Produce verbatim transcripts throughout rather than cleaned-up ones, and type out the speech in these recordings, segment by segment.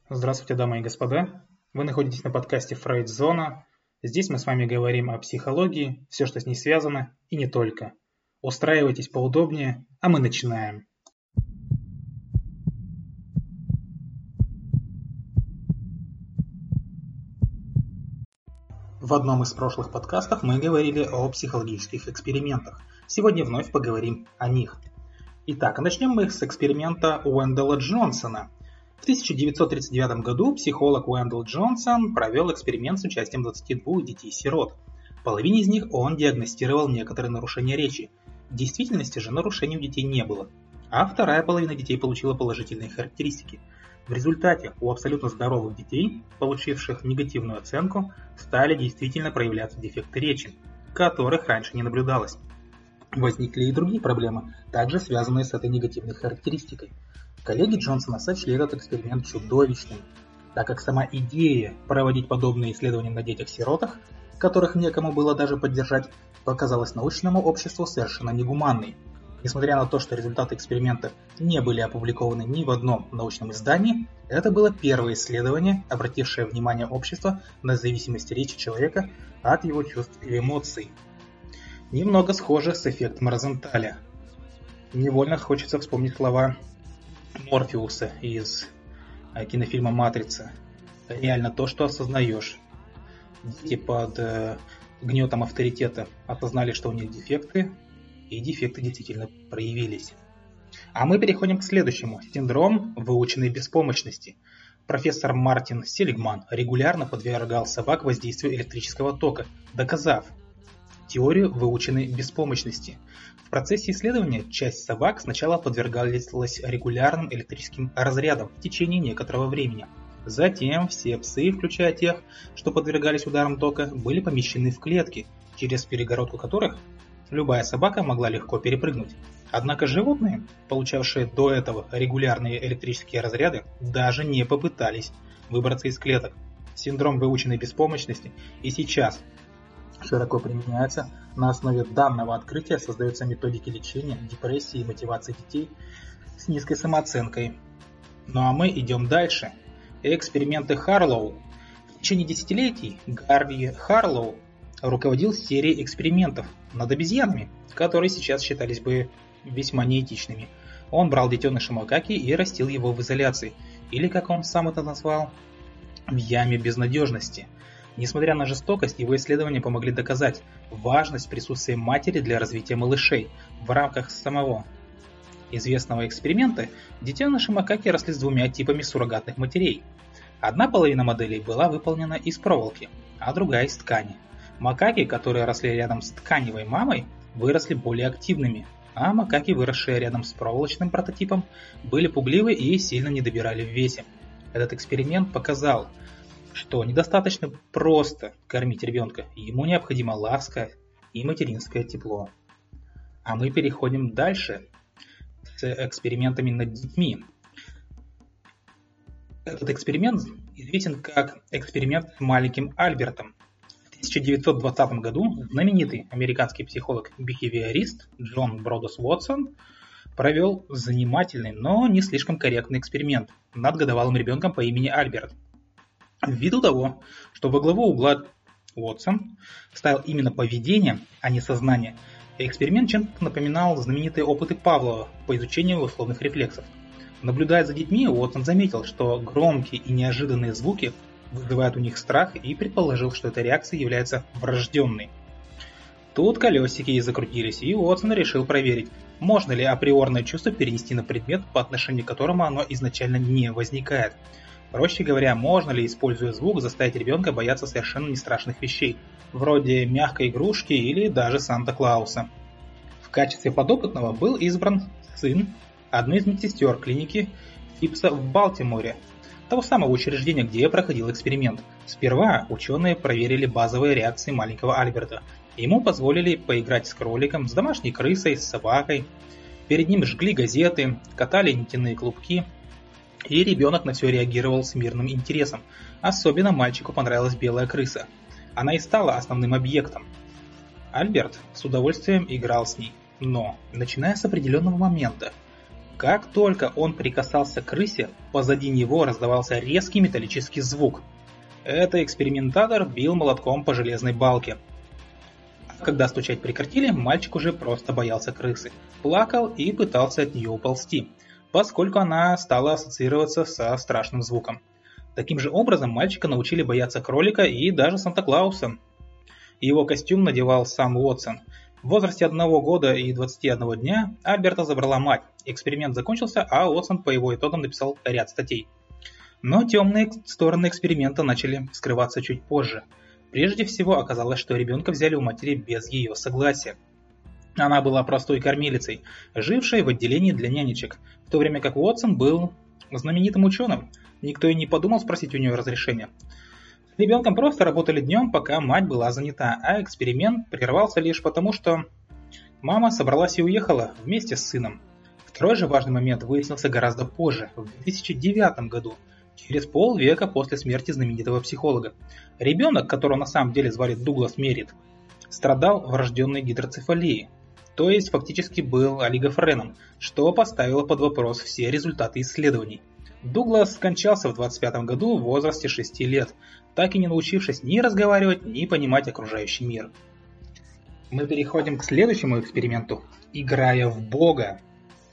Здравствуйте, дамы и господа. Вы находитесь на подкасте Фрейд-зона. Здесь мы с вами говорим о психологии, все, что с ней связано, и не только. Устраивайтесь поудобнее, а мы начинаем. В одном из прошлых подкастов мы говорили о психологических экспериментах. Сегодня вновь поговорим о них. Итак, начнем мы с эксперимента Уэндела Джонсона. В тысяча девятьсот тридцать девятом году психолог Уэндел Джонсон провел эксперимент с участием двадцати двух детей-сирот. Половине из них он диагностировал некоторые нарушения речи. В действительности же нарушений у детей не было. А вторая половина детей получила положительные характеристики. В результате у абсолютно здоровых детей, получивших негативную оценку, стали действительно проявляться дефекты речи, которых раньше не наблюдалось. Возникли и другие проблемы, также связанные с этой негативной характеристикой. Коллеги Джонсона сочли этот эксперимент чудовищным, так как сама идея проводить подобные исследования на детях-сиротах, которых некому было даже поддержать, показалась научному обществу совершенно негуманной. Несмотря на то, что результаты эксперимента не были опубликованы ни в одном научном издании, это было первое исследование, обратившее внимание общества на зависимость речи человека от его чувств и эмоций. Немного схоже с эффектом Розенталя. Невольно хочется вспомнить слова Морфеуса из кинофильма «Матрица». Реально то, что осознаешь. Дети под э, гнетом авторитета осознали, что у них дефекты, и дефекты действительно проявились. А мы переходим к следующему. Синдром выученной беспомощности. Профессор Мартин Селигман регулярно подвергал собак воздействию электрического тока, доказав теорию выученной беспомощности. В процессе исследования часть собак сначала подвергалась регулярным электрическим разрядам в течение некоторого времени. Затем все псы, включая тех, что подвергались ударам тока, были помещены в клетки, через перегородку которых любая собака могла легко перепрыгнуть. Однако животные, получавшие до этого регулярные электрические разряды, даже не попытались выбраться из клеток. Синдром выученной беспомощности и сейчас широко применяется. На основе данного открытия создаются методики лечения депрессии и мотивации детей с низкой самооценкой. Ну а мы идем дальше. Эксперименты Харлоу. В течение десятилетий Гарри Харлоу руководил серией экспериментов над обезьянами, которые сейчас считались бы весьма неэтичными. Он брал детеныша макаки и растил его в изоляции, или, как он сам это назвал, в яме безнадежности. Несмотря на жестокость, его исследования помогли доказать важность присутствия матери для развития малышей. В рамках самого известного эксперимента детеныши макаки росли с двумя типами суррогатных матерей. Одна половина моделей была выполнена из проволоки, а другая из ткани. Макаки, которые росли рядом с тканевой мамой, выросли более активными, а макаки, выросшие рядом с проволочным прототипом, были пугливы и сильно не добирали в весе. Этот эксперимент показал, что недостаточно просто кормить ребенка, ему необходима ласка и материнское тепло. А мы переходим дальше с экспериментами над детьми. Этот эксперимент известен как эксперимент с маленьким Альбертом. В тысяча девятьсот двадцатом году знаменитый американский психолог-бихевиорист Джон Бродос Уотсон провел занимательный, но не слишком корректный эксперимент над годовалым ребенком по имени Альберт. Ввиду того, что во главу угла Уотсон ставил именно поведение, а не сознание, эксперимент чем-то напоминал знаменитые опыты Павлова по изучению условных рефлексов. Наблюдая за детьми, Уотсон заметил, что громкие и неожиданные звуки вызывают у них страх, и предположил, что эта реакция является врожденной. Тут колесики и закрутились, и Уотсон решил проверить, можно ли априорное чувство перенести на предмет, по отношению к которому оно изначально не возникает. Проще говоря, можно ли, используя звук, заставить ребенка бояться совершенно не страшных вещей, вроде мягкой игрушки или даже Санта-Клауса. В качестве подопытного был избран сын одной из медсестер клиники Фипса в Балтиморе, того самого учреждения, где проходил эксперимент. Сперва ученые проверили базовые реакции маленького Альберта. Ему позволили поиграть с кроликом, с домашней крысой, с собакой. Перед ним жгли газеты, катали нитяные клубки. И ребенок на все реагировал с мирным интересом. Особенно мальчику понравилась белая крыса. Она и стала основным объектом. Альберт с удовольствием играл с ней. Но, начиная с определенного момента, как только он прикасался к крысе, позади него раздавался резкий металлический звук. Это экспериментатор бил молотком по железной балке. Когда стучать прекратили, мальчик уже просто боялся крысы, плакал и пытался от нее уползти, поскольку она стала ассоциироваться со страшным звуком. Таким же образом мальчика научили бояться кролика и даже Санта-Клауса. Его костюм надевал сам Уотсон. В возрасте одного года и двадцати одного дня Альберта забрала мать. Эксперимент закончился, а Уотсон по его итогам написал ряд статей. Но темные стороны эксперимента начали скрываться чуть позже. Прежде всего оказалось, что ребенка взяли у матери без ее согласия. Она была простой кормилицей, жившей в отделении для нянечек, в то время как Уотсон был знаменитым ученым. Никто и не подумал спросить у нее разрешения. С ребенком просто работали днем, пока мать была занята, а эксперимент прервался лишь потому, что мама собралась и уехала вместе с сыном. Второй же важный момент выяснился гораздо позже, в две тысячи девятом году, через полвека после смерти знаменитого психолога. Ребенок, которого на самом деле звали Дуглас Меррит, страдал врожденной гидроцефалией, то есть фактически был олигофреном, что поставило под вопрос все результаты исследований. Дуглас скончался в двадцать пятом году в возрасте шести лет, так и не научившись ни разговаривать, ни понимать окружающий мир. Мы переходим к следующему эксперименту, играя в Бога.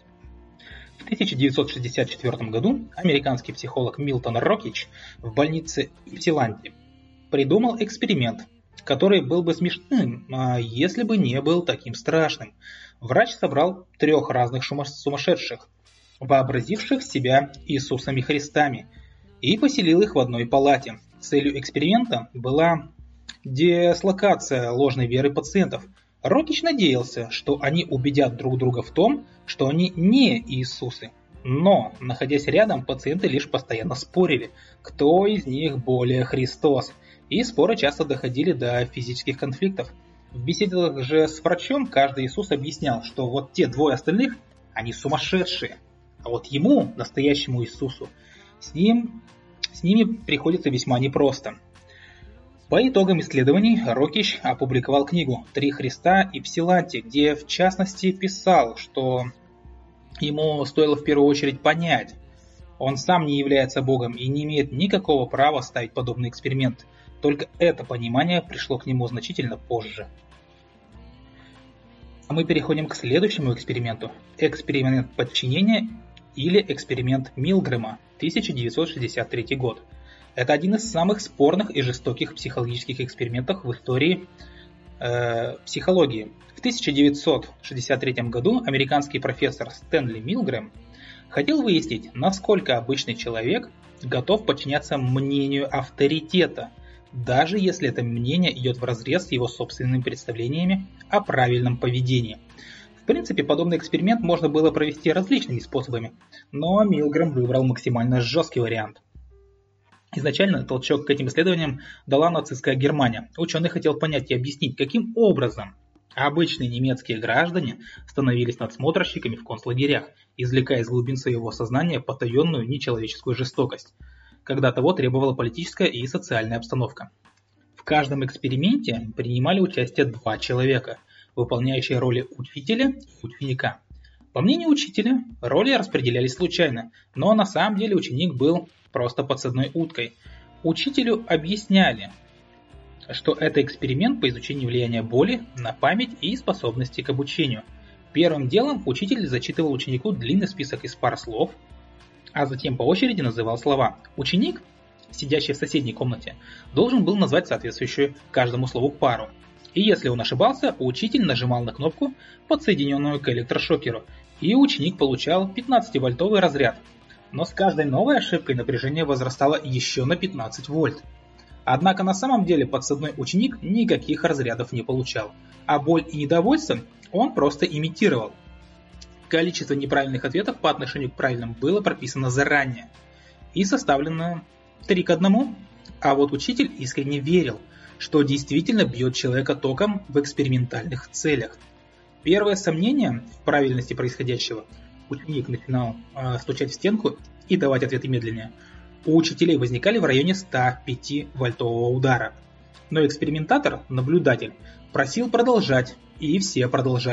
В тысяча девятьсот шестьдесят четвёртом году американский психолог Милтон Рокич в больнице Иптиланти придумал эксперимент, который был бы смешным, если бы не был таким страшным. Врач собрал трех разных сумасшедших, вообразивших себя Иисусами Христами, и поселил их в одной палате. Целью эксперимента была дислокация ложной веры пациентов. Рокич надеялся, что они убедят друг друга в том, что они не Иисусы. Но, находясь рядом, пациенты лишь постоянно спорили, кто из них более Христос, и споры часто доходили до физических конфликтов. В беседах же с врачом каждый Иисус объяснял, что вот те двое остальных, они сумасшедшие, а вот ему, настоящему Иисусу, с ним, с ними приходится весьма непросто. По итогам исследований Рокич опубликовал книгу «Три Христа и Псиланти», где в частности писал, что ему стоило в первую очередь понять, он сам не является Богом и не имеет никакого права ставить подобный эксперимент. Только это понимание пришло к нему значительно позже. А мы переходим к следующему эксперименту. Эксперимент подчинения или эксперимент Милгрэма, тысяча девятьсот шестьдесят третий год. Это один из самых спорных и жестоких психологических экспериментов в истории э, психологии. В тысяча девятьсот шестьдесят третьем году американский профессор Стэнли Милгрэм хотел выяснить, насколько обычный человек готов подчиняться мнению авторитета, даже если это мнение идет вразрез с его собственными представлениями о правильном поведении. В принципе, подобный эксперимент можно было провести различными способами, но Милгрэм выбрал максимально жесткий вариант. Изначально толчок к этим исследованиям дала нацистская Германия. Ученый хотел понять и объяснить, каким образом обычные немецкие граждане становились надсмотрщиками в концлагерях, извлекая из глубин своего сознания потаенную нечеловеческую жестокость, когда того требовала политическая и социальная обстановка. В каждом эксперименте принимали участие два человека, выполняющие роли учителя и ученика. По мнению учителя, роли распределялись случайно, но на самом деле ученик был просто подсадной уткой. Учителю объясняли, что это эксперимент по изучению влияния боли на память и способности к обучению. Первым делом учитель зачитывал ученику длинный список из пар слов, а затем по очереди называл слова. Ученик, сидящий в соседней комнате, должен был назвать соответствующую каждому слову пару. И если он ошибался, учитель нажимал на кнопку, подсоединенную к электрошокеру, и ученик получал пятнадцативольтовый разряд. Но с каждой новой ошибкой напряжение возрастало еще на пятнадцать вольт. Однако на самом деле подсадной ученик никаких разрядов не получал, а боль и недовольство он просто имитировал. Количество неправильных ответов по отношению к правильным было прописано заранее и составлено три к одному, а вот учитель искренне верил, что действительно бьет человека током в экспериментальных целях. Первое сомнение в правильности происходящего, ученик начинал э, стучать в стенку и давать ответы медленнее, у учителей возникали в районе ста пяти вольтового удара. Но экспериментатор, наблюдатель, просил продолжать, и все продолжали.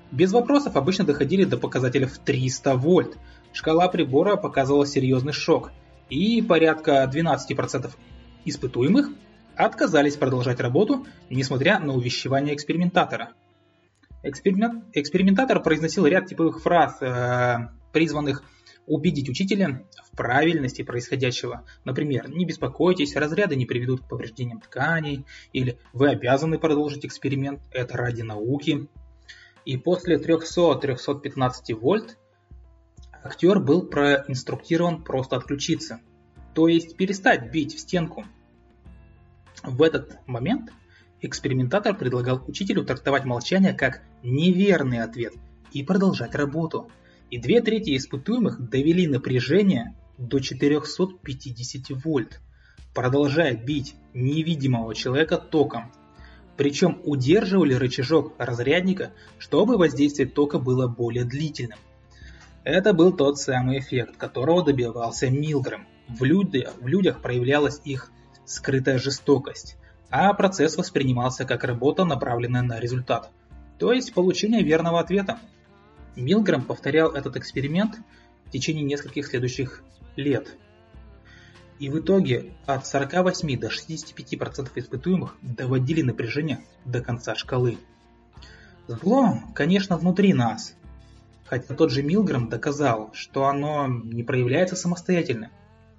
Без вопросов обычно доходили до показателя в триста вольт. Шкала прибора показывала серьезный шок, и порядка двенадцать процентов испытуемых отказались продолжать работу, несмотря на увещевание экспериментатора. Эксперимент... Экспериментатор произносил ряд типовых фраз, э, призванных убедить учителя в правильности происходящего. Например, «Не беспокойтесь, разряды не приведут к повреждениям тканей», или «Вы обязаны продолжить эксперимент, это ради науки». И после триста-триста пятнадцать вольт актер был проинструктирован просто отключиться, то есть перестать бить в стенку. В этот момент экспериментатор предлагал учителю трактовать молчание как неверный ответ и продолжать работу. И две трети испытуемых довели напряжение до четыреста пятьдесят вольт, продолжая бить невидимого человека током. Причем удерживали рычажок разрядника, чтобы воздействие тока было более длительным. Это был тот самый эффект, которого добивался Милгрэм. В людях, в людях проявлялась их скрытая жестокость, а процесс воспринимался как работа, направленная на результат, то есть получение верного ответа. Милгрэм повторял этот эксперимент в течение нескольких следующих лет. И в итоге от сорока восьми до шестидесяти пяти процентов испытуемых доводили напряжение до конца шкалы. Зло, конечно, внутри нас, хотя тот же Милгрэм доказал, что оно не проявляется самостоятельно.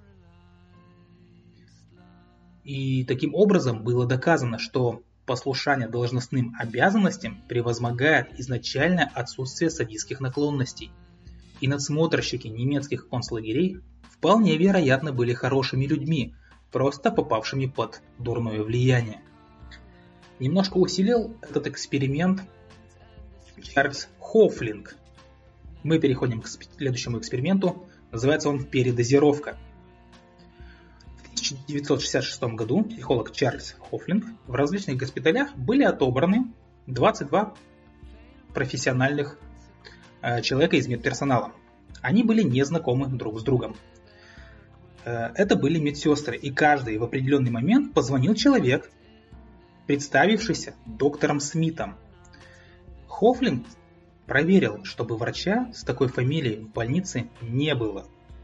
И таким образом было доказано, что послушание должностным обязанностям превозмогает изначальное отсутствие садистских наклонностей. И надсмотрщики немецких концлагерей вполне вероятно были хорошими людьми, просто попавшими под дурное влияние. Немножко усилил этот эксперимент Чарльз Хофлинг. Мы переходим к следующему эксперименту, называется он «Передозировка». В тысяча девятьсот шестьдесят шестом году психолог Чарльз Хофлинг в различных госпиталях были отобраны двадцать два профессиональных э, человека из медперсонала. Они были не знакомы друг с другом. Э, это были медсестры, и каждый в определенный момент позвонил человек, представившийся доктором Смитом. Хофлинг проверил, чтобы врача с такой фамилией в больнице не было.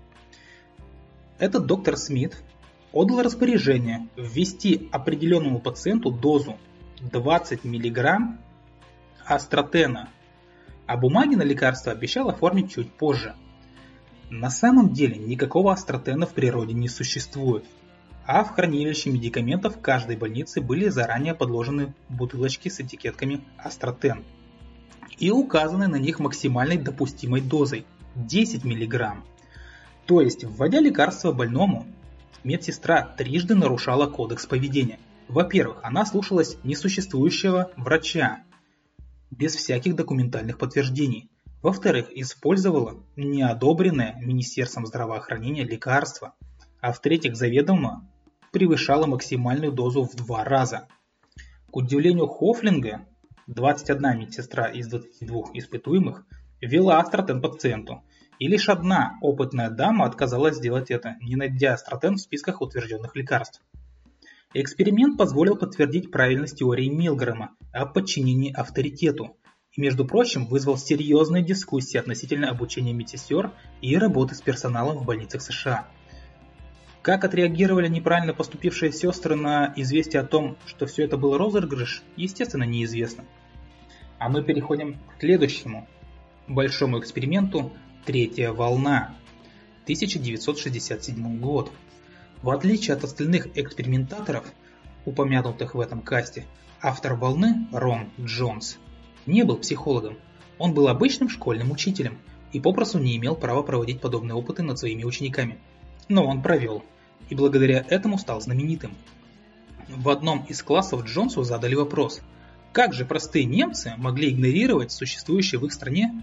Этот доктор Смит отдал распоряжение ввести определенному пациенту дозу двадцать миллиграмм астротена, а бумаги на лекарство обещал оформить чуть позже. На самом деле никакого астротена в природе не существует, а в хранилище медикаментов каждой больницы были заранее подложены бутылочки с этикетками астротен и указаны на них максимальной допустимой дозой десять миллиграмм. То есть, вводя лекарство больному, медсестра трижды нарушала кодекс поведения. Во-первых, она слушалась несуществующего врача, без всяких документальных подтверждений. Во-вторых, использовала неодобренное Министерством здравоохранения лекарство. А в-третьих, заведомо превышала максимальную дозу в два раза. К удивлению Хофлинга, двадцать одна медсестра из двадцати двух испытуемых ввела астротен пациенту, и лишь одна опытная дама отказалась сделать это, не найдя астротен в списках утвержденных лекарств. Эксперимент позволил подтвердить правильность теории Милгрэма о подчинении авторитету и, между прочим, вызвал серьезные дискуссии относительно обучения медсестер и работы с персоналом в больницах США. Как отреагировали неправильно поступившие сестры на известие о том, что все это был розыгрыш, естественно, неизвестно. А мы переходим к следующему большому эксперименту «Третья волна», тысяча девятьсот шестьдесят седьмой год. В отличие от остальных экспериментаторов, упомянутых в этом касте, автор волны, Рон Джонс, не был психологом. Он был обычным школьным учителем и попросту не имел права проводить подобные опыты над своими учениками. Но он провел, и благодаря этому стал знаменитым. В одном из классов Джонсу задали вопрос, как же простые немцы могли игнорировать существующие в их стране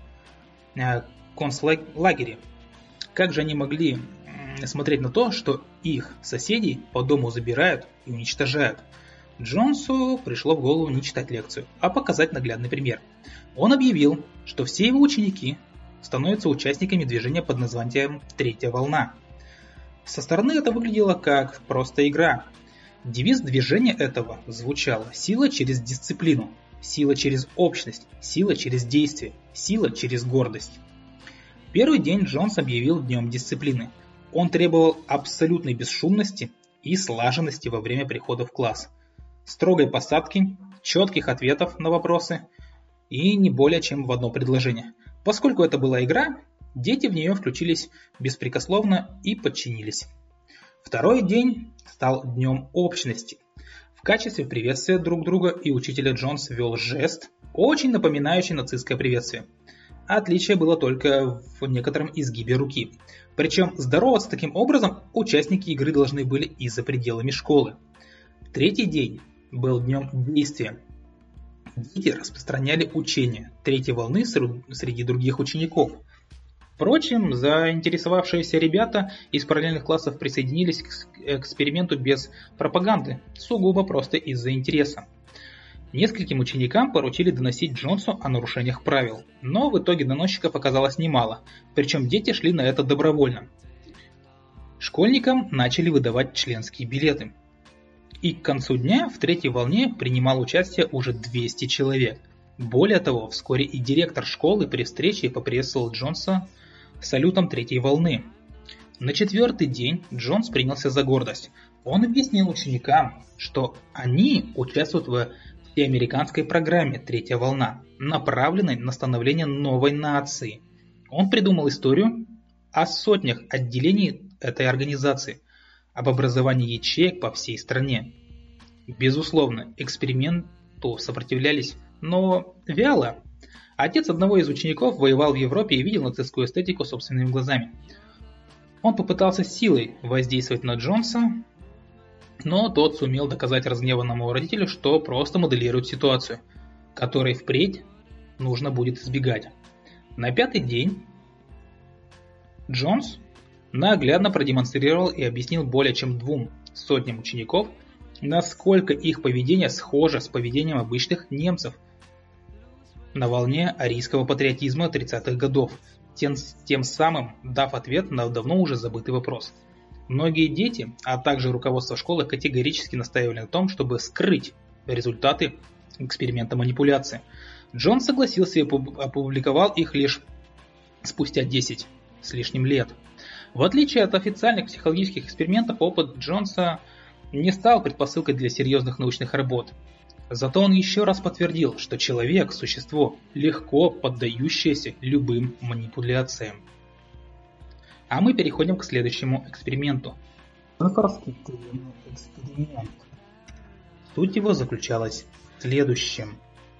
концлагеря? Как же они могли смотреть на то, что их соседей по дому забирают и уничтожают? Джонсу пришло в голову не читать лекцию, а показать наглядный пример. Он объявил, что все его ученики становятся участниками движения под названием «Третья волна». Со стороны это выглядело как просто игра. Девиз движения этого звучал «Сила через дисциплину». сила через общность, сила через действие, сила через гордость. Первый день Джонс объявил днем дисциплины. Он требовал абсолютной бесшумности и слаженности во время прихода в класс, строгой посадки, четких ответов на вопросы и не более чем в одно предложение. Поскольку это была игра, дети в нее включились беспрекословно и подчинились. Второй день стал днем общности. В качестве приветствия друг друга и учителя Джонс ввел жест, очень напоминающий нацистское приветствие. Отличие было только в некотором изгибе руки. Причем здороваться таким образом участники игры должны были и за пределами школы. Третий день был днем действия. Дети распространяли учения третьей волны среди других учеников. Впрочем, заинтересовавшиеся ребята из параллельных классов присоединились к эксперименту без пропаганды, сугубо просто из-за интереса. Нескольким ученикам поручили доносить Джонсу о нарушениях правил, но в итоге доносчиков оказалось немало, причем дети шли на это добровольно. Школьникам начали выдавать членские билеты. И к концу дня в третьей волне принимало участие уже двести человек. Более того, вскоре и директор школы при встрече поприветствовал Джонса салютом третьей волны. На четвертый день Джонс принялся за гордость. Он объяснил ученикам, что они участвуют в всеамериканской программе «Третья волна», направленной на становление новой нации. Он придумал историю о сотнях отделений этой организации, об образовании ячеек по всей стране. Безусловно, эксперименту сопротивлялись, но вяло. Отец одного из учеников воевал в Европе и видел нацистскую эстетику собственными глазами. Он попытался силой воздействовать на Джонса, но тот сумел доказать разгневанному родителю, что просто моделирует ситуацию, которой впредь нужно будет избегать. На пятый день Джонс наглядно продемонстрировал и объяснил более чем двум сотням учеников, насколько их поведение схоже с поведением обычных немцев на волне арийского патриотизма тридцатых годов, тем, тем самым дав ответ на давно уже забытый вопрос. Многие дети, а также руководство школы категорически настаивали на том, чтобы скрыть результаты эксперимента манипуляции. Джон согласился и опубликовал их лишь спустя десять с лишним лет. В отличие от официальных психологических экспериментов, опыт Джонса не стал предпосылкой для серьезных научных работ. Зато он еще раз подтвердил, что человек – существо, легко поддающееся любым манипуляциям. А мы переходим к следующему эксперименту. Стэнфордский тюремный эксперимент. Суть его заключалась в следующем.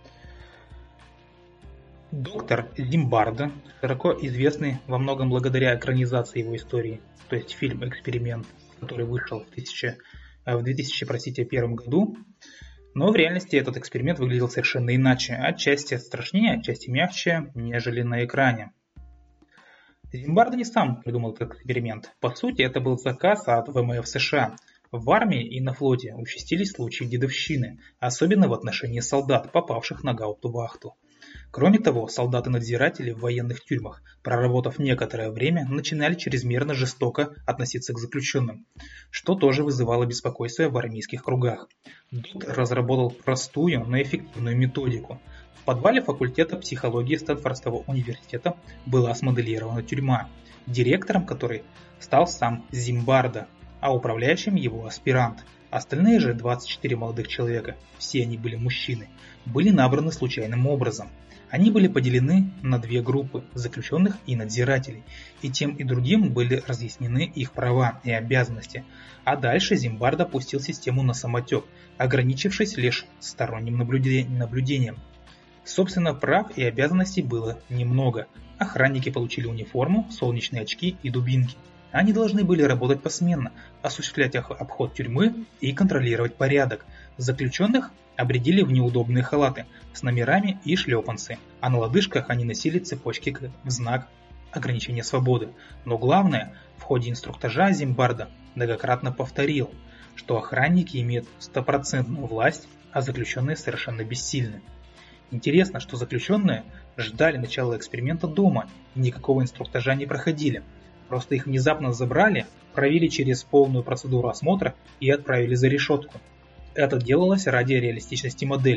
Доктор Зимбардо, широко известный во многом благодаря экранизации его истории, то есть фильм «Эксперимент», который вышел в, тысяча, в две тысячи первом году, но в реальности этот эксперимент выглядел совершенно иначе, отчасти страшнее, отчасти мягче, нежели на экране. Зимбардо не сам придумал этот эксперимент. По сути, это был заказ от вэ эм эф США. В армии и на флоте участились случаи дедовщины, особенно в отношении солдат, попавших на гауптвахту. Кроме того, солдаты-надзиратели в военных тюрьмах, проработав некоторое время, начинали чрезмерно жестоко относиться к заключенным, что тоже вызывало беспокойство в армейских кругах. Доктор разработал простую, но эффективную методику. В подвале факультета психологии Стэнфордского университета была смоделирована тюрьма, директором которой стал сам Зимбардо, а управляющим его аспирант. Остальные же двадцать четыре молодых человека, все они были мужчины, были набраны случайным образом. Они были поделены на две группы – заключенных и надзирателей, и тем и другим были разъяснены их права и обязанности. А дальше Зимбардо пустил систему на самотек, ограничившись лишь сторонним наблюдением. Собственно, прав и обязанностей было немного. Охранники получили униформу, солнечные очки и дубинки. Они должны были работать посменно, осуществлять обход тюрьмы и контролировать порядок. Заключенных обрядили в неудобные халаты с номерами и шлепанцы, а на лодыжках они носили цепочки в знак ограничения свободы. Но главное, в ходе инструктажа Зимбардо многократно повторил, что охранники имеют стопроцентную власть, а заключенные совершенно бессильны. Интересно, что заключенные ждали начала эксперимента дома и никакого инструктажа не проходили. Просто их внезапно забрали, провели через полную процедуру осмотра и отправили за решетку. Это делалось ради реалистичности модели.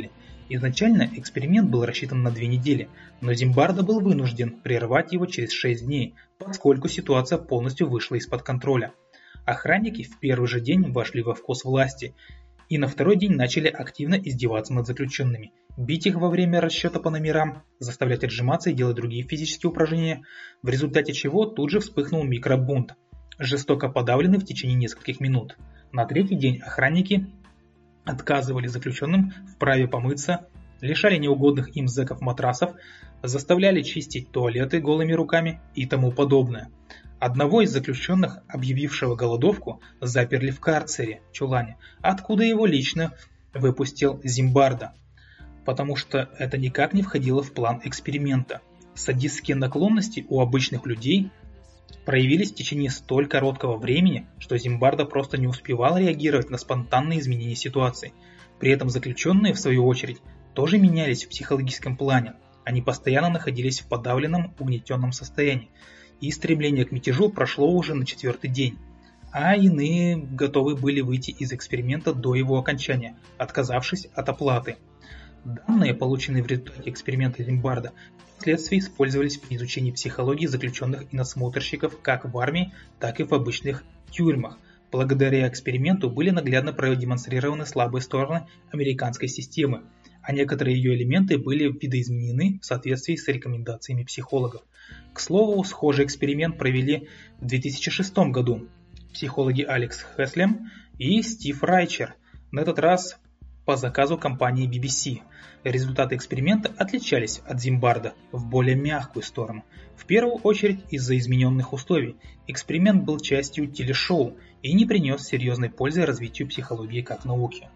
Изначально эксперимент был рассчитан на две недели, но Зимбардо был вынужден прервать его через шесть дней, поскольку ситуация полностью вышла из-под контроля. Охранники в первый же день вошли во вкус власти и на второй день начали активно издеваться над заключенными, бить их во время расчета по номерам, заставлять отжиматься и делать другие физические упражнения, в результате чего тут же вспыхнул микробунт, жестоко подавленный в течение нескольких минут. На третий день охранники отказывали заключенным в праве помыться, лишали неугодных им зэков матрасов, заставляли чистить туалеты голыми руками и тому подобное. Одного из заключенных, объявившего голодовку, заперли в карцере, чулане, откуда его лично выпустил Зимбардо, потому что это никак не входило в план эксперимента. Садистские наклонности у обычных людей проявились в течение столь короткого времени, что Зимбардо просто не успевал реагировать на спонтанные изменения ситуации. При этом заключенные, в свою очередь, тоже менялись в психологическом плане. Они постоянно находились в подавленном, угнетенном состоянии. И стремление к мятежу прошло уже на четвертый день, а иные готовы были выйти из эксперимента до его окончания, отказавшись от оплаты. Данные, полученные в результате эксперимента Зимбардо, впоследствии использовались при изучении психологии заключенных и надсмотрщиков как в армии, так и в обычных тюрьмах. Благодаря эксперименту были наглядно продемонстрированы слабые стороны американской системы, а некоторые ее элементы были видоизменены в соответствии с рекомендациями психологов. К слову, схожий эксперимент провели в две тысячи шестом году психологи Алекс Хеслем и Стив Райчер, на этот раз по заказу компании би би си. Результаты эксперимента отличались от Зимбардо в более мягкую сторону. В первую очередь из-за измененных условий. Эксперимент был частью телешоу и не принес серьезной пользы развитию психологии как науки.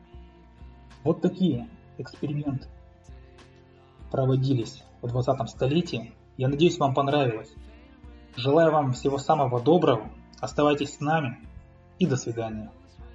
Вот такие эксперименты проводились в двадцатом столетии. Я надеюсь, вам понравилось. Желаю вам всего самого доброго. Оставайтесь с нами и до свидания.